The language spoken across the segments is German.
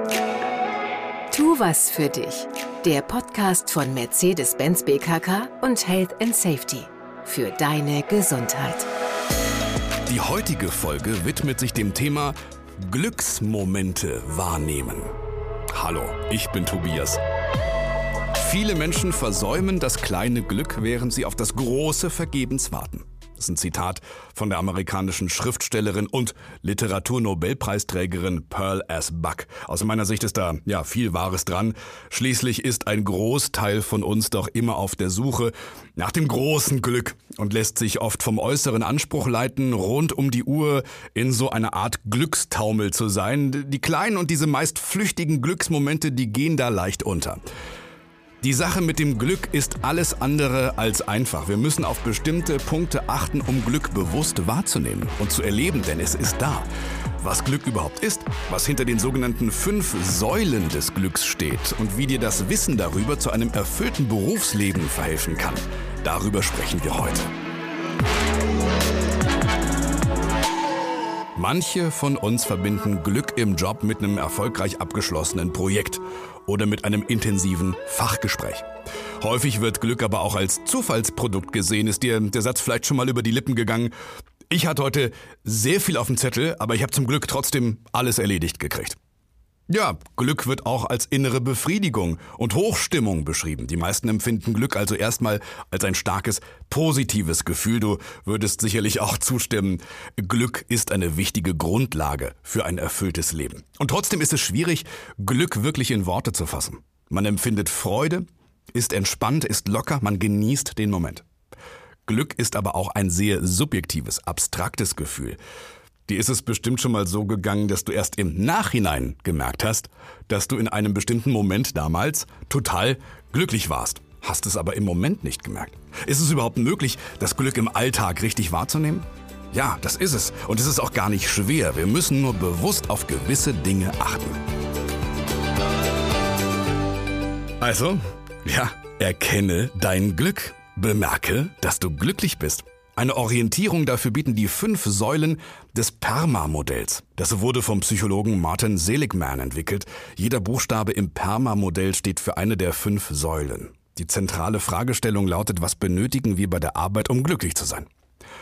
Tu was für dich. Der Podcast von Mercedes-Benz BKK und Health & Safety. Für deine Gesundheit. Die heutige Folge widmet sich dem Thema Glücksmomente wahrnehmen. Hallo, ich bin Tobias. Viele Menschen versäumen das kleine Glück, während sie auf das große vergebens warten. Das ist ein Zitat von der amerikanischen Schriftstellerin und Literaturnobelpreisträgerin Pearl S. Buck. Aus meiner Sicht ist da viel Wahres dran. Schließlich ist ein Großteil von uns doch immer auf der Suche nach dem großen Glück und lässt sich oft vom äußeren Anspruch leiten, rund um die Uhr in so einer Art Glückstaumel zu sein. Die kleinen und diese meist flüchtigen Glücksmomente, die gehen da leicht unter. Die Sache mit dem Glück ist alles andere als einfach. Wir müssen auf bestimmte Punkte achten, um Glück bewusst wahrzunehmen und zu erleben, denn es ist da. Was Glück überhaupt ist, was hinter den sogenannten 5 Säulen des Glücks steht und wie dir das Wissen darüber zu einem erfüllten Berufsleben verhelfen kann. Darüber sprechen wir heute. Manche von uns verbinden Glück im Job mit einem erfolgreich abgeschlossenen Projekt oder mit einem intensiven Fachgespräch. Häufig wird Glück aber auch als Zufallsprodukt gesehen. Ist dir der Satz vielleicht schon mal über die Lippen gegangen? Ich hatte heute sehr viel auf dem Zettel, aber ich habe zum Glück trotzdem alles erledigt gekriegt. Ja, Glück wird auch als innere Befriedigung und Hochstimmung beschrieben. Die meisten empfinden Glück also erstmal als ein starkes, positives Gefühl. Du würdest sicherlich auch zustimmen. Glück ist eine wichtige Grundlage für ein erfülltes Leben. Und trotzdem ist es schwierig, Glück wirklich in Worte zu fassen. Man empfindet Freude, ist entspannt, ist locker, man genießt den Moment. Glück ist aber auch ein sehr subjektives, abstraktes Gefühl. Dir ist es bestimmt schon mal so gegangen, dass du erst im Nachhinein gemerkt hast, dass du in einem bestimmten Moment damals total glücklich warst. Hast es aber im Moment nicht gemerkt. Ist es überhaupt möglich, das Glück im Alltag richtig wahrzunehmen? Ja, das ist es. Und es ist auch gar nicht schwer. Wir müssen nur bewusst auf gewisse Dinge achten. Also, erkenne dein Glück. Bemerke, dass du glücklich bist. Eine Orientierung dafür bieten die 5 Säulen des PERMA-Modells. Das wurde vom Psychologen Martin Seligman entwickelt. Jeder Buchstabe im PERMA-Modell steht für eine der 5 Säulen. Die zentrale Fragestellung lautet, was benötigen wir bei der Arbeit, um glücklich zu sein?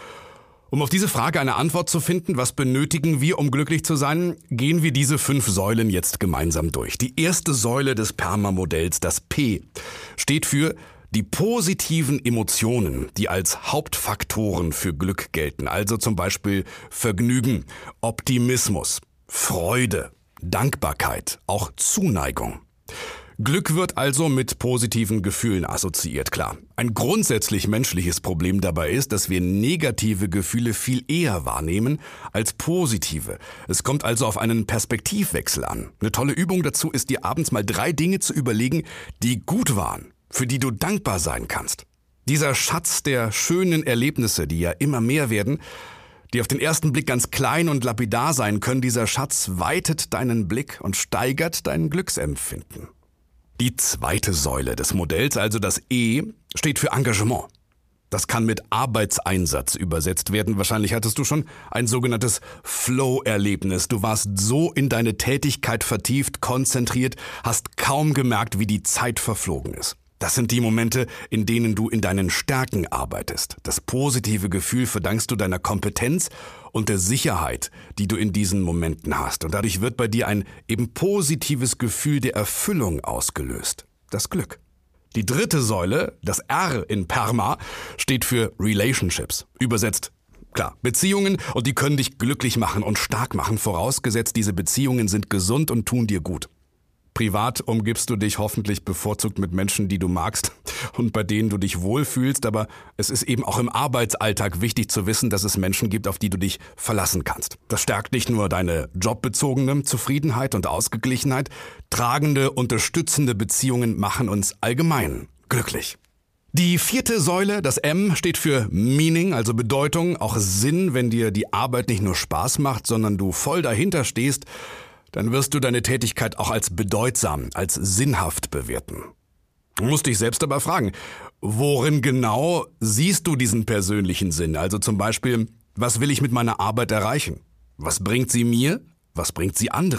Um auf diese Frage eine Antwort zu finden, was benötigen wir, um glücklich zu sein, gehen wir diese 5 Säulen jetzt gemeinsam durch. Die erste Säule des PERMA-Modells, das P, steht für die positiven Emotionen, die als Hauptfaktoren für Glück gelten, also zum Beispiel Vergnügen, Optimismus, Freude, Dankbarkeit, auch Zuneigung. Glück wird also mit positiven Gefühlen assoziiert, klar. Ein grundsätzlich menschliches Problem dabei ist, dass wir negative Gefühle viel eher wahrnehmen als positive. Es kommt also auf einen Perspektivwechsel an. Eine tolle Übung dazu ist, dir abends mal 3 Dinge zu überlegen, die gut waren, für die du dankbar sein kannst. Dieser Schatz der schönen Erlebnisse, die ja immer mehr werden, die auf den ersten Blick ganz klein und lapidar sein können, dieser Schatz weitet deinen Blick und steigert dein Glücksempfinden. Die zweite Säule des Modells, also das E, steht für Engagement. Das kann mit Arbeitseinsatz übersetzt werden. Wahrscheinlich hattest du schon ein sogenanntes Flow-Erlebnis. Du warst so in deine Tätigkeit vertieft, konzentriert, hast kaum gemerkt, wie die Zeit verflogen ist. Das sind die Momente, in denen du in deinen Stärken arbeitest. Das positive Gefühl verdankst du deiner Kompetenz und der Sicherheit, die du in diesen Momenten hast. Und dadurch wird bei dir ein eben positives Gefühl der Erfüllung ausgelöst. Das Glück. Die dritte Säule, das R in PERMA, steht für Relationships. Übersetzt, klar, Beziehungen, und die können dich glücklich machen und stark machen, vorausgesetzt diese Beziehungen sind gesund und tun dir gut. Privat umgibst du dich hoffentlich bevorzugt mit Menschen, die du magst und bei denen du dich wohlfühlst, aber es ist eben auch im Arbeitsalltag wichtig zu wissen, dass es Menschen gibt, auf die du dich verlassen kannst. Das stärkt nicht nur deine jobbezogene Zufriedenheit und Ausgeglichenheit, tragende, unterstützende Beziehungen machen uns allgemein glücklich. Die vierte Säule, das M, steht für Meaning, also Bedeutung, auch Sinn. Wenn dir die Arbeit nicht nur Spaß macht, sondern du voll dahinter stehst, dann wirst du deine Tätigkeit auch als bedeutsam, als sinnhaft bewerten. Du musst dich selbst aber fragen, worin genau siehst du diesen persönlichen Sinn? Also zum Beispiel, was will ich mit meiner Arbeit erreichen? Was bringt sie mir? Was bringt sie anderen?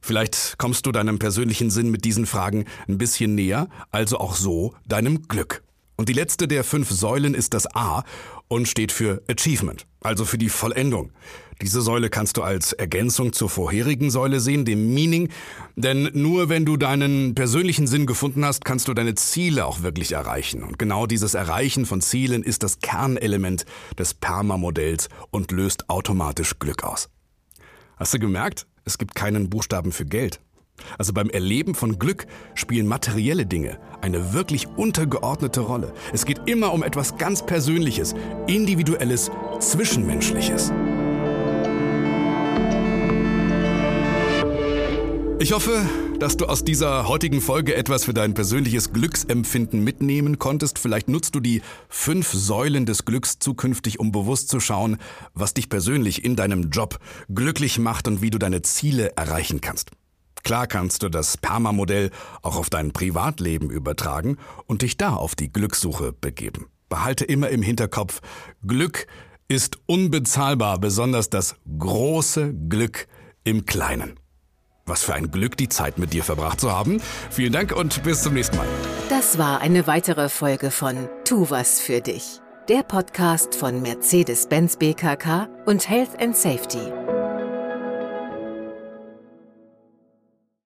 Vielleicht kommst du deinem persönlichen Sinn mit diesen Fragen ein bisschen näher, also auch so deinem Glück. Und die letzte der 5 Säulen ist das A und steht für Achievement, also für die Vollendung. Diese Säule kannst du als Ergänzung zur vorherigen Säule sehen, dem Meaning. Denn nur wenn du deinen persönlichen Sinn gefunden hast, kannst du deine Ziele auch wirklich erreichen. Und genau dieses Erreichen von Zielen ist das Kernelement des PERMA-Modells und löst automatisch Glück aus. Hast du gemerkt? Es gibt keinen Buchstaben für Geld. Also beim Erleben von Glück spielen materielle Dinge eine wirklich untergeordnete Rolle. Es geht immer um etwas ganz Persönliches, Individuelles, Zwischenmenschliches. Ich hoffe, dass du aus dieser heutigen Folge etwas für dein persönliches Glücksempfinden mitnehmen konntest. Vielleicht nutzt du die 5 Säulen des Glücks zukünftig, um bewusst zu schauen, was dich persönlich in deinem Job glücklich macht und wie du deine Ziele erreichen kannst. Klar kannst du das PERMA-Modell auch auf dein Privatleben übertragen und dich da auf die Glückssuche begeben. Behalte immer im Hinterkopf, Glück ist unbezahlbar, besonders das große Glück im Kleinen. Was für ein Glück, die Zeit mit dir verbracht zu haben. Vielen Dank und bis zum nächsten Mal. Das war eine weitere Folge von Tu was für dich, der Podcast von Mercedes-Benz BKK und Health & Safety.